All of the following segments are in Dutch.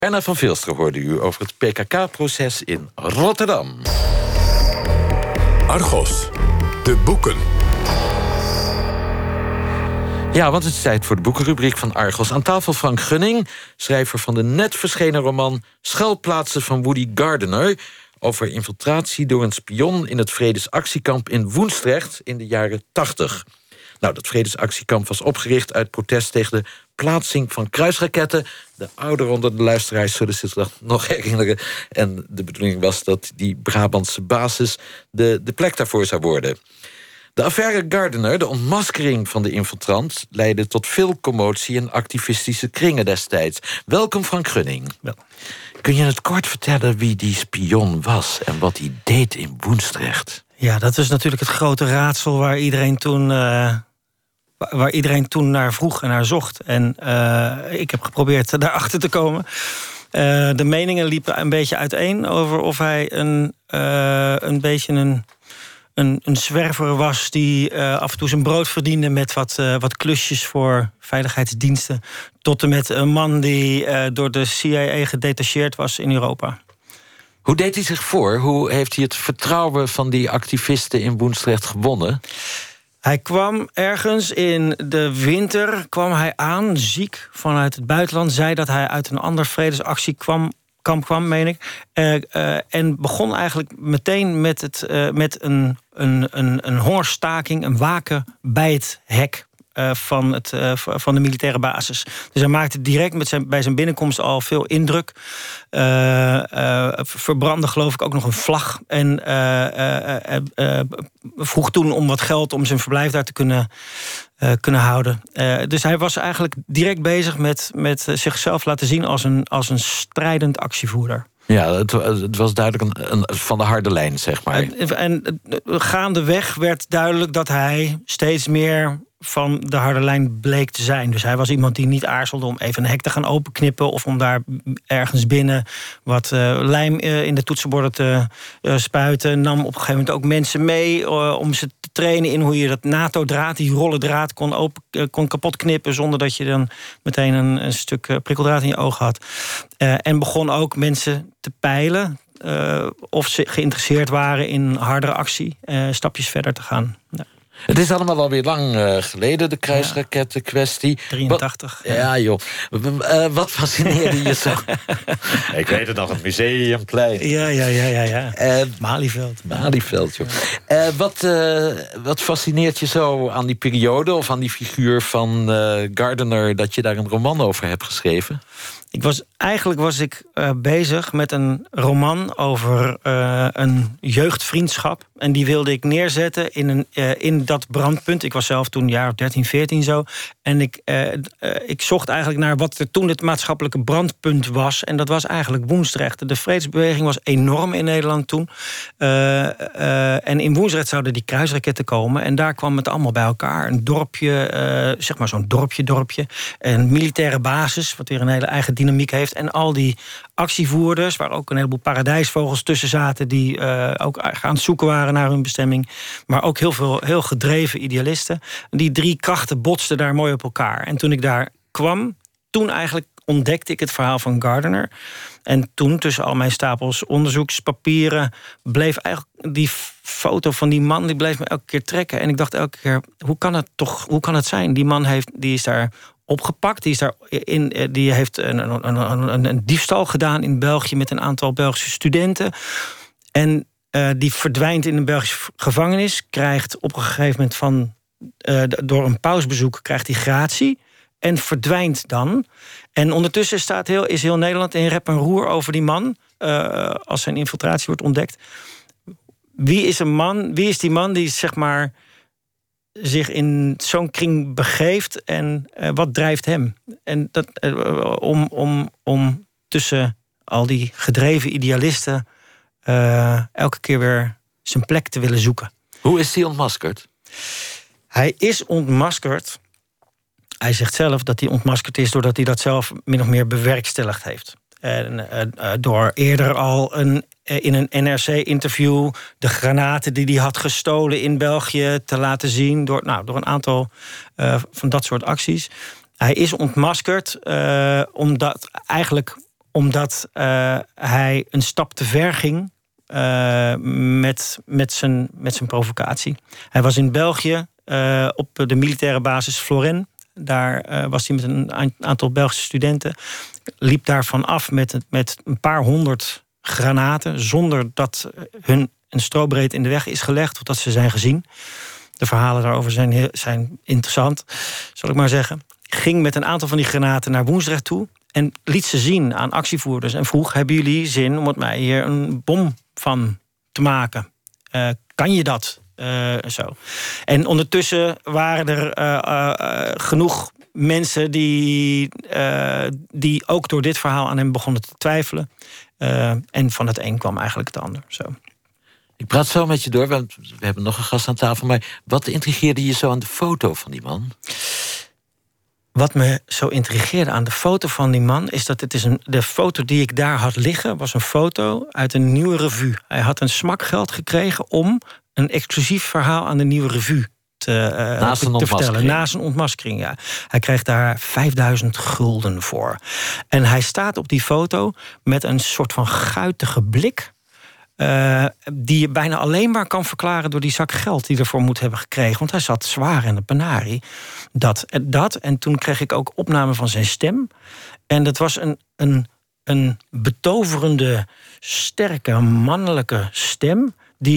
Erna van Vilster hoorde u over het PKK-proces in Rotterdam. Argos, de boeken. Ja, want het is tijd voor de boekenrubriek van Argos. Aan tafel Frank Gunning, schrijver van de net verschenen roman Schuilplaatsen van Woody Gardner, over infiltratie door een spion in het Vredesactiekamp in Woensdrecht in de jaren 80. Nou, dat Vredesactiekamp was opgericht uit protest tegen de plaatsing van kruisraketten. De ouderen onder de luisteraars zullen zich dat nog herinneren. En de bedoeling was dat die Brabantse basis de plek daarvoor zou worden. De affaire Gardner, de ontmaskering van de infiltrant, leidde tot veel commotie in activistische kringen destijds. Welkom, Frank Gunning. Wel. Kun je het kort vertellen wie die spion was en wat hij deed in Woensdrecht? Ja, dat is natuurlijk het grote raadsel waar iedereen toen naar vroeg en naar zocht. En ik heb geprobeerd daarachter te komen. De meningen liepen een beetje uiteen over of hij een beetje een zwerver was die af en toe zijn brood verdiende met wat klusjes voor veiligheidsdiensten, tot en met een man die door de CIA gedetacheerd was in Europa. Hoe deed hij zich voor? Hoe heeft hij het vertrouwen van die activisten in Woensdrecht gewonnen? Hij kwam ergens in de winter aan, ziek, vanuit het buitenland. Zei dat hij uit een ander vredesactiekamp kwam, meen ik. En begon eigenlijk meteen met een hongerstaking, een waken bij het hek van de militaire basis. Dus hij maakte direct bij zijn binnenkomst al veel indruk. Verbrandde geloof ik ook nog een vlag. En vroeg toen om wat geld om zijn verblijf daar te kunnen houden. Dus hij was eigenlijk direct bezig met zichzelf laten zien als een strijdend actievoerder. Ja, het was duidelijk een van de harde lijn, zeg maar. En gaandeweg werd duidelijk dat hij steeds meer van de harde lijn bleek te zijn. Dus hij was iemand die niet aarzelde om even een hek te gaan openknippen of om daar ergens binnen wat lijm in de toetsenborden te spuiten. Nam op een gegeven moment ook mensen mee om ze te trainen in hoe je dat NATO-draad, die rollendraad, kon kapot knippen zonder dat je dan meteen een stuk prikkeldraad in je ogen had. En begon ook mensen te peilen of ze geïnteresseerd waren in hardere actie, stapjes verder te gaan. Ja. Het is allemaal alweer lang geleden, de kruisrakettenkwestie. 83. Ja, joh. Wat fascineerde je zo? Ik weet het nog, het Museumplein. Ja. Malieveld, joh. Wat fascineert je zo aan die periode of aan die figuur van Gardner, dat je daar een roman over hebt geschreven? Eigenlijk was ik bezig met een roman over een jeugdvriendschap. En die wilde ik neerzetten in dat brandpunt. Ik was zelf toen een jaar of 13, 14 zo. En ik zocht eigenlijk naar wat er toen het maatschappelijke brandpunt was. En dat was eigenlijk Woensdrecht. De vredesbeweging was enorm in Nederland toen. En in Woensdrecht zouden die kruisraketten komen. En daar kwam het allemaal bij elkaar. Een dorpje, zeg maar zo'n dorpje. Een militaire basis, wat weer een hele eigen dynamiek heeft. En al die actievoerders, waar ook een heleboel paradijsvogels tussen zaten, die ook aan het zoeken waren naar hun bestemming. Maar ook heel gedreven idealisten. Die drie krachten botsten daar mooi op elkaar. En toen ik daar kwam, toen eigenlijk ontdekte ik het verhaal van Gardner. En toen, tussen al mijn stapels onderzoekspapieren, bleef eigenlijk die foto van die man, die bleef me elke keer trekken. En ik dacht elke keer, hoe kan het zijn? Die man die is daar opgepakt. Die heeft een diefstal gedaan in België met een aantal Belgische studenten. En die verdwijnt in een Belgische gevangenis. Krijgt op een gegeven moment door een pausbezoek krijgt hij gratie. En verdwijnt dan. En ondertussen is heel Nederland in rep en roer over die man. Als zijn infiltratie wordt ontdekt. Wie is die man die zeg maar zich in zo'n kring begeeft en wat drijft hem? En dat om tussen al die gedreven idealisten elke keer weer zijn plek te willen zoeken. Hoe is hij ontmaskerd? Hij is ontmaskerd. Hij zegt zelf dat hij ontmaskerd is doordat hij dat zelf min of meer bewerkstelligd heeft. En door eerder al in een NRC-interview de granaten die hij had gestolen in België te laten zien. Door een aantal van dat soort acties. Hij is ontmaskerd omdat eigenlijk Omdat hij een stap te ver ging met zijn provocatie. Hij was in België op de militaire basis Floren. Daar was hij met een aantal Belgische studenten. Liep daarvan af met een paar honderd granaten, zonder dat hun een strobreed in de weg is gelegd, of dat ze zijn gezien. De verhalen daarover zijn interessant, zal ik maar zeggen. Ging met een aantal van die granaten naar Woensdrecht toe en liet ze zien aan actievoerders en vroeg: hebben jullie zin om mij hier een bom van te maken? Kan je dat? Zo. En ondertussen waren er genoeg mensen die ook door dit verhaal aan hem begonnen te twijfelen. En van het een kwam eigenlijk het ander. Zo. Ik praat zo met je door, want we hebben nog een gast aan tafel. Maar wat intrigeerde je zo aan de foto van die man? Wat me zo intrigeerde aan de foto van die man is dat de foto die ik daar had liggen was een foto uit een Nieuwe Revue. Hij had een smakgeld gekregen om een exclusief verhaal aan de Nieuwe Revue te vertellen. Na zijn ontmaskering, ja. Hij kreeg daar 5000 gulden voor. En hij staat op die foto met een soort van guitige blik, die je bijna alleen maar kan verklaren door die zak geld die ervoor moet hebben gekregen. Want hij zat zwaar in de penarie. Dat. En toen kreeg ik ook opname van zijn stem. En dat was een betoverende, sterke, mannelijke stem.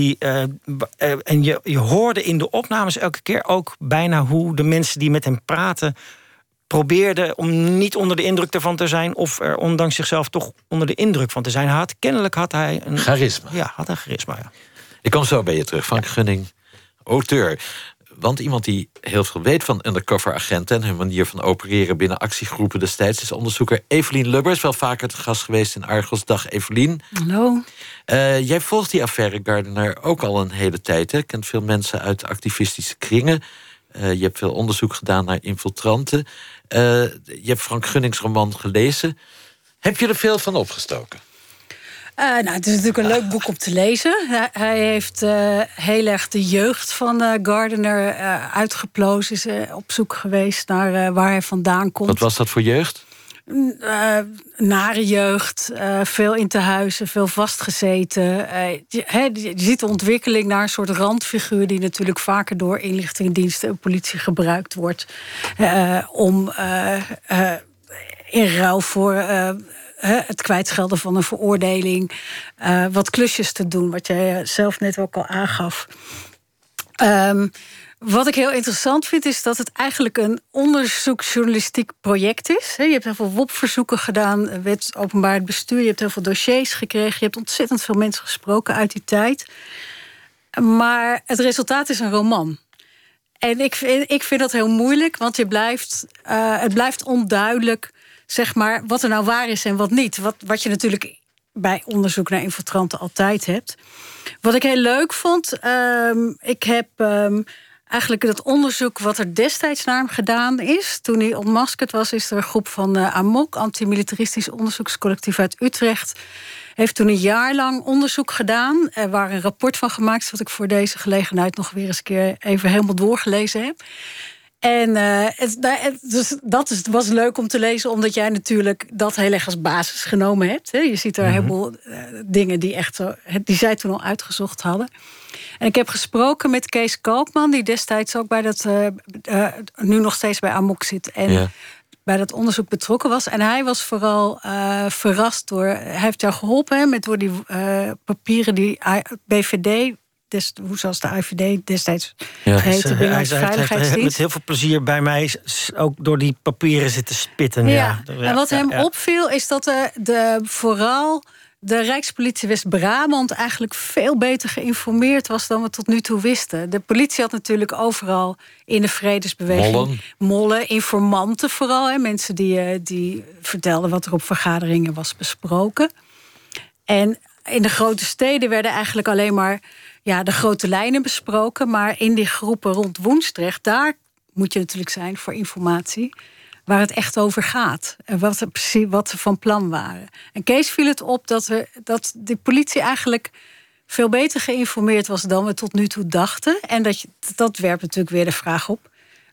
En je hoorde in de opnames elke keer ook bijna hoe de mensen die met hem praten probeerden om niet onder de indruk ervan te zijn, of er ondanks zichzelf toch onder de indruk van te zijn. Kennelijk had hij een charisma. Ja, had een charisma, ja. Ik kom zo bij je terug. Frank Gunning, auteur. Want iemand die heel veel weet van undercover agenten en hun manier van opereren binnen actiegroepen destijds is onderzoeker Evelien Lubbers, wel vaker te gast geweest in Argos. Dag Evelien. Hallo. Jij volgt die affaire Gardiner ook al een hele tijd. Hè? Kent veel mensen uit activistische kringen. Je hebt veel onderzoek gedaan naar infiltranten. Je hebt Frank Gunnings roman gelezen. Heb je er veel van opgestoken? Het is natuurlijk een leuk boek om te lezen. Hij heeft heel erg de jeugd van Gardiner uitgeplozen. Is op zoek geweest naar waar hij vandaan komt. Wat was dat voor jeugd? Nare jeugd, veel in tehuizen, veel vastgezeten. Je ziet de ontwikkeling naar een soort randfiguur die natuurlijk vaker door inlichtingendiensten en politie gebruikt wordt om in ruil voor het kwijtschelden van een veroordeling wat klusjes te doen, wat jij zelf net ook al aangaf. Wat ik heel interessant vind, is dat het eigenlijk een onderzoeksjournalistiek project is. Je hebt heel veel WOP-verzoeken gedaan, wet openbaar bestuur. Je hebt heel veel dossiers gekregen. Je hebt ontzettend veel mensen gesproken uit die tijd. Maar het resultaat is een roman. En ik vind dat heel moeilijk, want het blijft onduidelijk, zeg maar, wat er nou waar is en wat niet. Wat je natuurlijk bij onderzoek naar infiltranten altijd hebt. Wat ik heel leuk vond, ik heb eigenlijk het onderzoek wat er destijds naar hem gedaan is. Toen hij ontmaskerd was, is er een groep van AMOC, Antimilitaristisch Onderzoekscollectief uit Utrecht, heeft toen een jaar lang onderzoek gedaan. Er waar een rapport van gemaakt, wat ik voor deze gelegenheid nog weer eens een keer even helemaal doorgelezen heb. En dus dat was leuk om te lezen, omdat jij natuurlijk dat heel erg als basis genomen hebt. Je ziet er een heleboel dingen die zij toen al uitgezocht hadden. En ik heb gesproken met Kees Kalkman, die destijds ook bij dat nu nog steeds bij AMOC zit en bij dat onderzoek betrokken was. En hij was vooral verrast door. Hij heeft jou geholpen door die papieren die BVD. Zoals de AIVD destijds heette binnen de Veiligheidsdienst. Hij met heel veel plezier bij mij ook door die papieren zitten spitten. En wat hem opviel is dat vooral de Rijkspolitie West-Brabant eigenlijk veel beter geïnformeerd was dan we tot nu toe wisten. De politie had natuurlijk overal in de vredesbeweging mollen, informanten vooral. Mensen die vertelden wat er op vergaderingen was besproken. En in de grote steden werden eigenlijk alleen maar de grote lijnen besproken. Maar in die groepen rond Woensdrecht, daar moet je natuurlijk zijn voor informatie waar het echt over gaat. En wat ze van plan waren. En Kees viel het op dat de politie eigenlijk veel beter geïnformeerd was dan we tot nu toe dachten. En dat werpt natuurlijk weer de vraag op: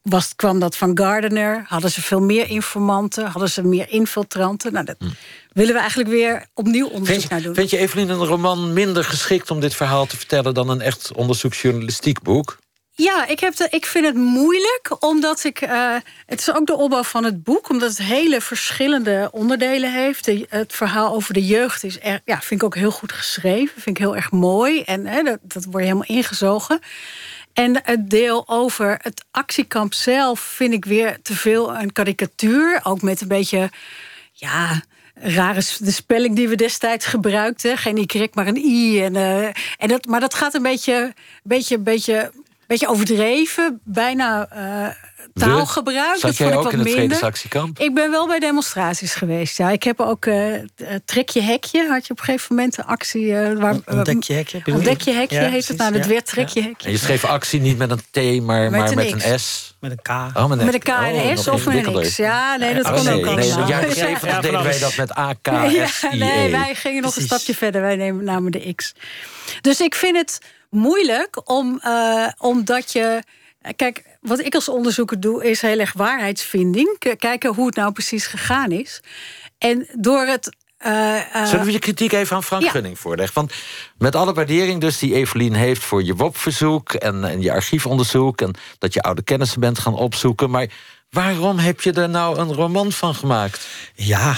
kwam dat van Gardner. Hadden ze veel meer informanten? Hadden ze meer infiltranten? Nou, dat willen we eigenlijk weer opnieuw onderzoek naar doen. Vind je, Evelien, een roman minder geschikt om dit verhaal te vertellen dan een echt onderzoeksjournalistiek boek? Ja, ik vind het moeilijk, omdat het is ook de opbouw van het boek, omdat het hele verschillende onderdelen heeft. Het verhaal over de jeugd is vind ik ook heel goed geschreven. Vind ik heel erg mooi. En dat wordt helemaal ingezogen. En het deel over het actiekamp zelf vind ik weer te veel een karikatuur. Ook met een beetje, rare de spelling die we destijds gebruikten. Geen Y, maar een I. Maar dat gaat een beetje overdreven, bijna taalgebruik. Zat jij ook in het vredesactiekamp? Ik ben wel bij demonstraties geweest, ja. Ik heb ook Trek je hekje, had je op een gegeven moment een actie... Ontdek je hekje? Ontdek je hekje heet het. Nou, het werd Trek je hekje. En je schreef actie niet met een T, maar met een S. Met een K. Oh, met een K en een S of met een X. Ja, nee, dat kon ook allemaal. Nee, in de jaren 70 deden wij dat met A, K, S, I, E. Nee, wij gingen nog een stapje verder. Wij namen de X. Dus ik vind het moeilijk omdat je... Kijk, wat ik als onderzoeker doe is heel erg waarheidsvinding. Kijken hoe het nou precies gegaan is. En door het... Zullen we je kritiek even aan Frank Gunning voorleggen? Want met alle waardering dus die Evelien heeft voor je WOP-verzoek en je archiefonderzoek en dat je oude kennissen bent gaan opzoeken. Maar waarom heb je er nou een roman van gemaakt? Ja...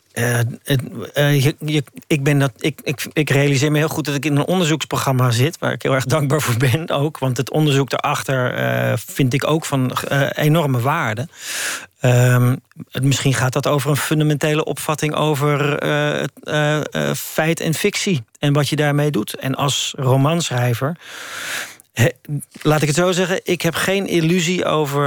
Ik realiseer me heel goed dat ik in een onderzoeksprogramma zit, waar ik heel erg dankbaar voor ben ook. Want het onderzoek daarachter vind ik ook van enorme waarde. Misschien gaat dat over een fundamentele opvatting over feit en fictie en wat je daarmee doet. En als romanschrijver... laat ik het zo zeggen, ik heb geen illusie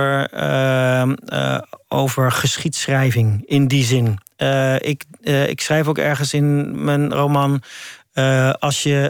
over geschiedschrijving in die zin. Ik schrijf ook ergens in mijn roman... als je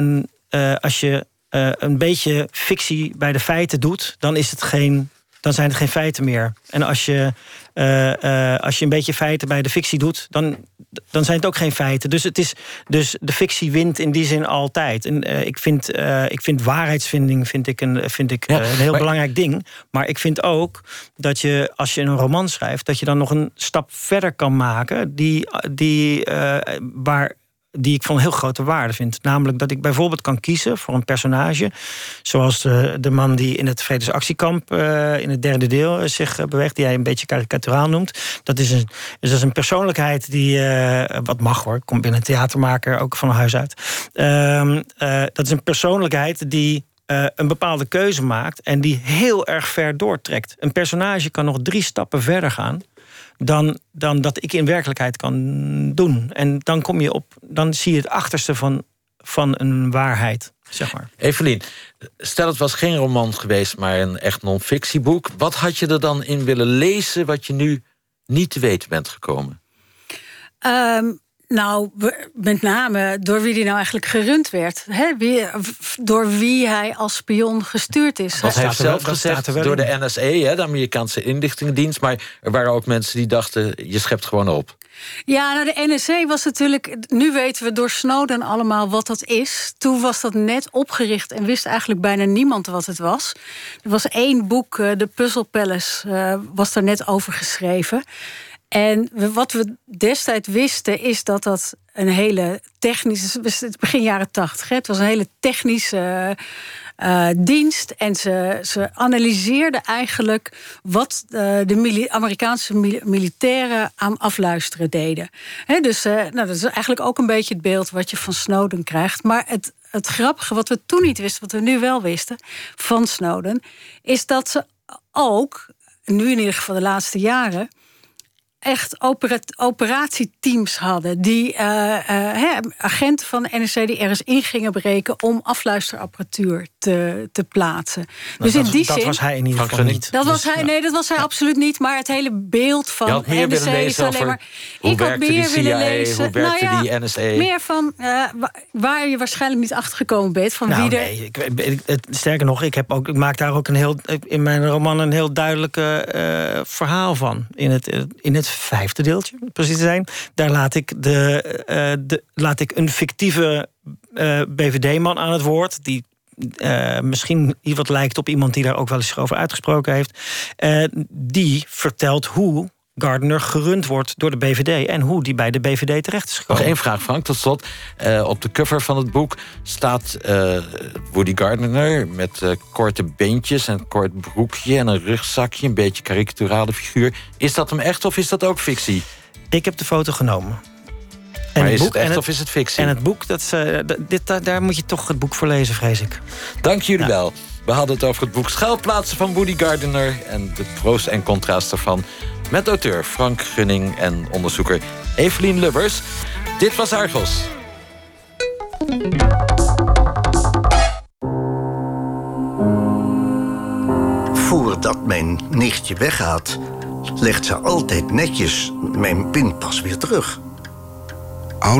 een beetje fictie bij de feiten doet... dan zijn het geen feiten meer. En als je een beetje feiten bij de fictie doet... dan zijn het ook geen feiten. Dus de fictie wint in die zin altijd. En ik vind waarheidsvinding een heel belangrijk ding. Maar ik vind ook dat je, als je een roman schrijft... dat je dan nog een stap verder kan maken... die ik van heel grote waarde vind. Namelijk dat ik bijvoorbeeld kan kiezen voor een personage... zoals de man die in het vredesactiekamp... in het derde deel zich beweegt... die hij een beetje karikaturaal noemt. Dat is een persoonlijkheid die... wat mag hoor, ik kom binnen een theatermaker ook van huis uit. Dat is een persoonlijkheid die... een bepaalde keuze maakt... en die heel erg ver doortrekt. Een personage kan nog 3 stappen verder gaan... dan dat ik in werkelijkheid kan doen. En dan zie je het achterste van een waarheid, zeg maar. Evelien, stel het was geen roman geweest, maar een echt non-fictieboek. Wat had je er dan in willen lezen wat je nu niet te weten bent gekomen? Nou, met name door wie die nou eigenlijk gerund werd. Door wie hij als spion gestuurd is. Dat heeft zelf gezegd door de NSA, de Amerikaanse inlichtingendienst. Maar er waren ook mensen die dachten, je schept gewoon op. Ja, nou de NSA was natuurlijk... Nu weten we door Snowden allemaal wat dat is. Toen was dat net opgericht en wist eigenlijk bijna niemand wat het was. Er was 1 boek, The Puzzle Palace, was daar net over geschreven. En wat we destijds wisten is dat een hele technische... begin jaren 80, het was een hele technische dienst. En ze analyseerden eigenlijk wat de Amerikaanse militairen aan afluisteren deden. Dus dat is eigenlijk ook een beetje het beeld wat je van Snowden krijgt. Maar het grappige, wat we toen niet wisten, wat we nu wel wisten van Snowden... is dat ze ook, nu in ieder geval de laatste jaren... echt operatieteams hadden. Die agenten van de NSC die ergens in gingen breken... om afluisterapparatuur te plaatsen. Nou, dus in die dat zin... was hij in ieder geval niet. Dat was hij absoluut niet. Maar het hele beeld van NSC is alleen maar... Ik had meer willen lezen. Hoe werkte die NSA? Meer van waar je waarschijnlijk niet achtergekomen bent. Van wie nee, sterker nog, ik maak daar ook in mijn roman een heel duidelijke verhaal van. In het 5e deeltje, precies te zijn. Daar laat ik een fictieve BVD-man aan het woord... die misschien wat lijkt op iemand die daar ook wel eens over uitgesproken heeft. Die vertelt hoe Gardner gerund wordt door de BVD en hoe die bij de BVD terecht is gekomen. Nog één vraag, Frank, tot slot. Op de cover van het boek staat Woody Gardner met korte beentjes en een kort broekje en een rugzakje, een beetje karikaturale figuur. Is dat hem echt of is dat ook fictie? Ik heb de foto genomen. Maar is het echt of is het fictie? En het boek, daar moet je toch het boek voor lezen, vrees ik. Dank jullie wel. We hadden het over het boek Schuilplaatsen van Woody Gardner en de pro's en contra's ervan, met auteur Frank Gunning en onderzoeker Evelien Lubbers. Dit was Argos. Voordat mijn nichtje weggaat, legt ze altijd netjes mijn pinpas weer terug.